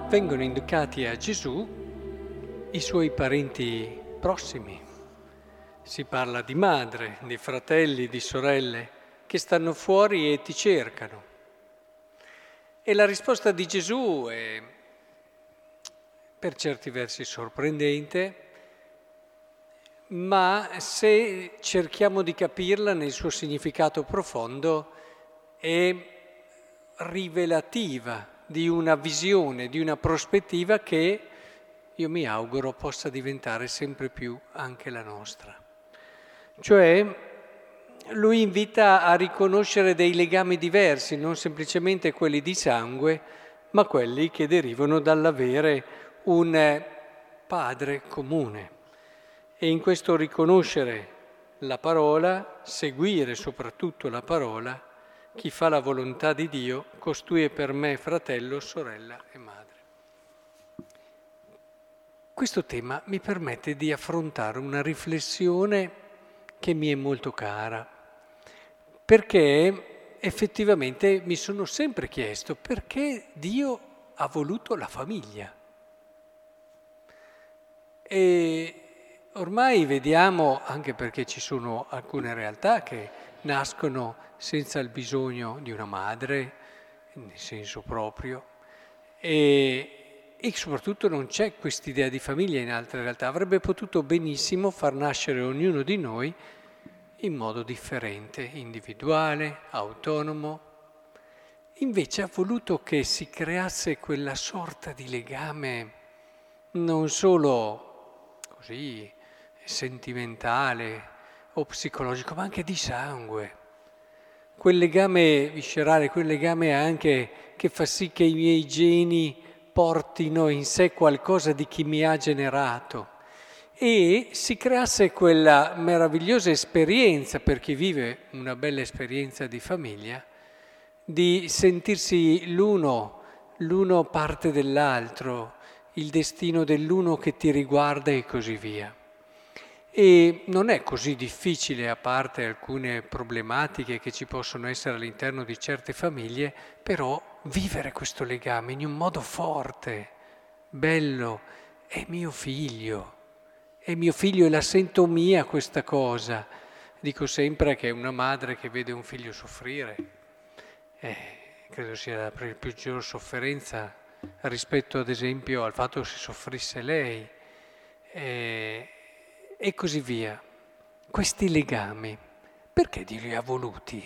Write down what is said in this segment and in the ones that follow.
vengono indicati a Gesù i suoi parenti prossimi. Si parla di madre, di fratelli, di sorelle che stanno fuori e ti cercano. E la risposta di Gesù è per certi versi sorprendente, ma se cerchiamo di capirla nel suo significato profondo è rivelativa di una visione, di una prospettiva che io mi auguro possa diventare sempre più anche la nostra. Cioè, lui invita a riconoscere dei legami diversi, non semplicemente quelli di sangue, ma quelli che derivano dall'avere un padre comune. E in questo riconoscere la parola, seguire soprattutto la parola, chi fa la volontà di Dio, costui è per me fratello, sorella e madre. Questo tema mi permette di affrontare una riflessione che mi è molto cara, perché effettivamente mi sono sempre chiesto perché Dio ha voluto la famiglia. E ormai vediamo, anche perché ci sono alcune realtà che nascono senza il bisogno di una madre, nel senso proprio, e soprattutto non c'è quest'idea di famiglia in altre realtà. Avrebbe potuto benissimo far nascere ognuno di noi in modo differente, individuale, autonomo. Invece ha voluto che si creasse quella sorta di legame non solo così sentimentale o psicologico, ma anche di sangue. Quel legame viscerale, quel legame anche che fa sì che i miei geni portino in sé qualcosa di chi mi ha generato. E si creasse quella meravigliosa esperienza, per chi vive una bella esperienza di famiglia, di sentirsi l'uno parte dell'altro, il destino dell'uno che ti riguarda e così via. E non è così difficile, a parte alcune problematiche che ci possono essere all'interno di certe famiglie, però vivere questo legame in un modo forte, bello, è mio figlio e la sento mia questa cosa. Dico sempre che una madre che vede un figlio soffrire, credo sia la peggior sofferenza rispetto ad esempio al fatto che si soffrisse lei. E così via. Questi legami, perché Dio li ha voluti?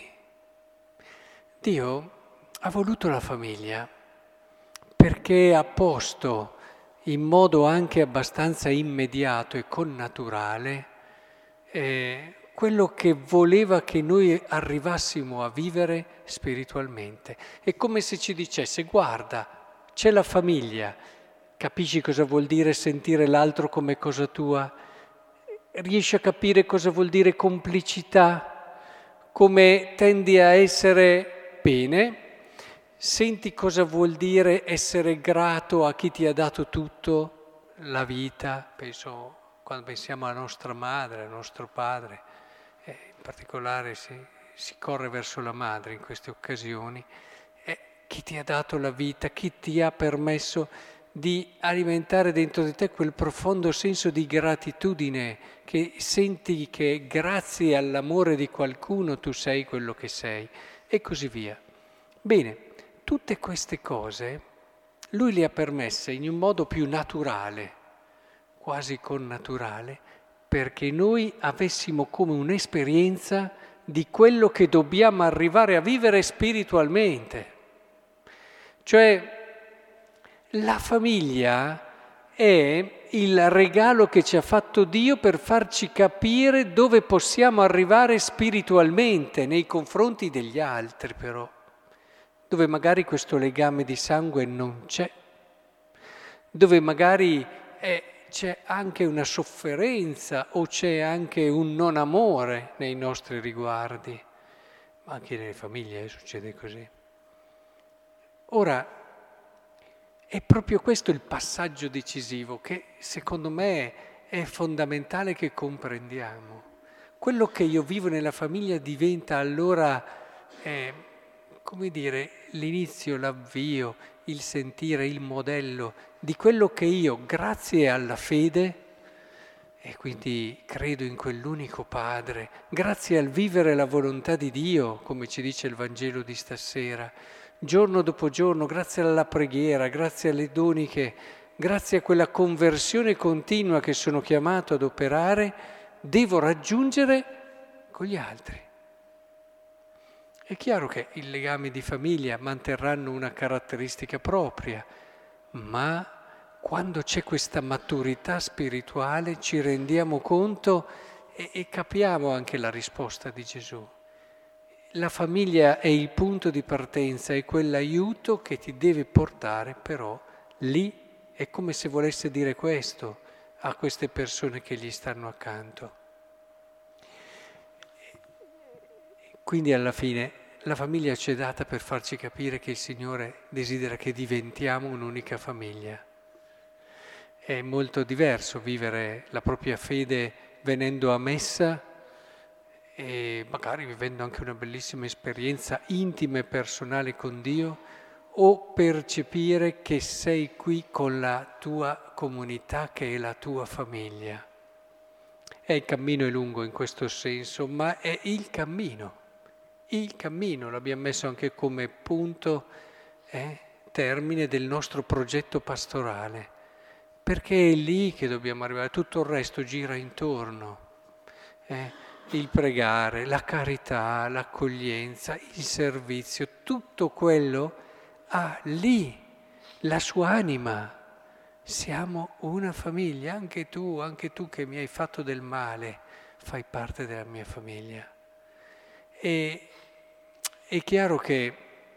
Dio ha voluto la famiglia perché ha posto in modo anche abbastanza immediato e connaturale quello che voleva che noi arrivassimo a vivere spiritualmente. È come se ci dicesse: guarda, c'è la famiglia, capisci cosa vuol dire sentire l'altro come cosa tua? Riesci a capire cosa vuol dire complicità? Come tendi a essere bene? Senti cosa vuol dire essere grato a chi ti ha dato tutto, la vita? Penso, quando pensiamo alla nostra madre, al nostro padre, in particolare si corre verso la madre in queste occasioni. Chi ti ha dato la vita, chi ti ha permesso di alimentare dentro di te quel profondo senso di gratitudine, che senti che grazie all'amore di qualcuno tu sei quello che sei, e così via. Bene, tutte queste cose lui le ha permesse in un modo più naturale, quasi connaturale, perché noi avessimo come un'esperienza di quello che dobbiamo arrivare a vivere spiritualmente. Cioè, la famiglia è il regalo che ci ha fatto Dio per farci capire dove possiamo arrivare spiritualmente nei confronti degli altri, però, dove magari questo legame di sangue non c'è, dove magari c'è anche una sofferenza o c'è anche un non amore nei nostri riguardi, ma anche nelle famiglie succede così. Ora, è proprio questo il passaggio decisivo che secondo me è fondamentale che comprendiamo. Quello che io vivo nella famiglia diventa allora, come dire, l'inizio, l'avvio, il sentire, il modello di quello che io, grazie alla fede, e quindi credo in quell'unico Padre, grazie al vivere la volontà di Dio, come ci dice il Vangelo di stasera, giorno dopo giorno, grazie alla preghiera, grazie alle doniche, grazie a quella conversione continua che sono chiamato ad operare, devo raggiungere con gli altri. È chiaro che i legami di famiglia manterranno una caratteristica propria, ma quando c'è questa maturità spirituale ci rendiamo conto e capiamo anche la risposta di Gesù. La famiglia è il punto di partenza, è quell'aiuto che ti deve portare però lì, è come se volesse dire questo a queste persone che gli stanno accanto. Quindi alla fine la famiglia ci è data per farci capire che il Signore desidera che diventiamo un'unica famiglia. È molto diverso vivere la propria fede venendo a messa e magari vivendo anche una bellissima esperienza intima e personale con Dio, o percepire che sei qui con la tua comunità che è la tua famiglia. Il cammino è lungo in questo senso, ma è il cammino. Il cammino l'abbiamo messo anche come punto, termine del nostro progetto pastorale, perché è lì che dobbiamo arrivare, tutto il resto gira intorno. Il pregare, la carità, l'accoglienza, il servizio, tutto quello ha lì la sua anima. Siamo una famiglia, anche tu che mi hai fatto del male, fai parte della mia famiglia. E è chiaro che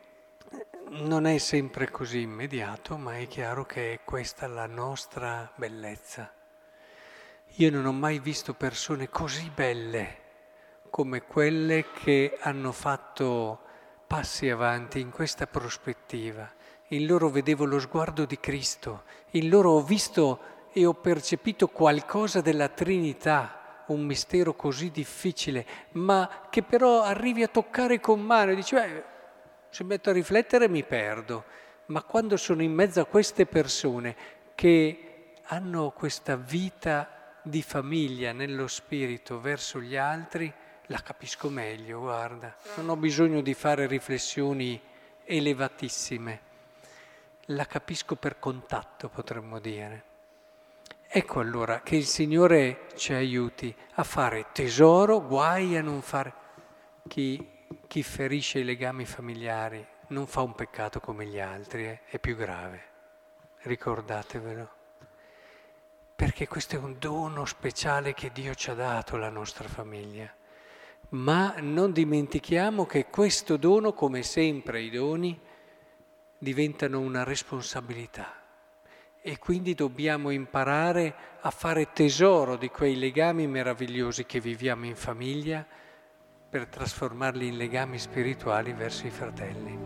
non è sempre così immediato, ma è chiaro che è questa la nostra bellezza. Io non ho mai visto persone così belle come quelle che hanno fatto passi avanti in questa prospettiva. In loro vedevo lo sguardo di Cristo, in loro ho visto e ho percepito qualcosa della Trinità, un mistero così difficile, ma che però arrivi a toccare con mano e dici, se metto a riflettere mi perdo, ma quando sono in mezzo a queste persone che hanno questa vita di famiglia nello spirito verso gli altri, la capisco meglio, guarda, non ho bisogno di fare riflessioni elevatissime, la capisco per contatto, potremmo dire. Ecco allora che il Signore ci aiuti a fare tesoro, guai a non fare. Chi ferisce i legami familiari non fa un peccato come gli altri, è più grave, ricordatevelo. Perché questo è un dono speciale che Dio ci ha dato, la nostra famiglia. Ma non dimentichiamo che questo dono, come sempre i doni, diventano una responsabilità. E quindi dobbiamo imparare a fare tesoro di quei legami meravigliosi che viviamo in famiglia per trasformarli in legami spirituali verso i fratelli.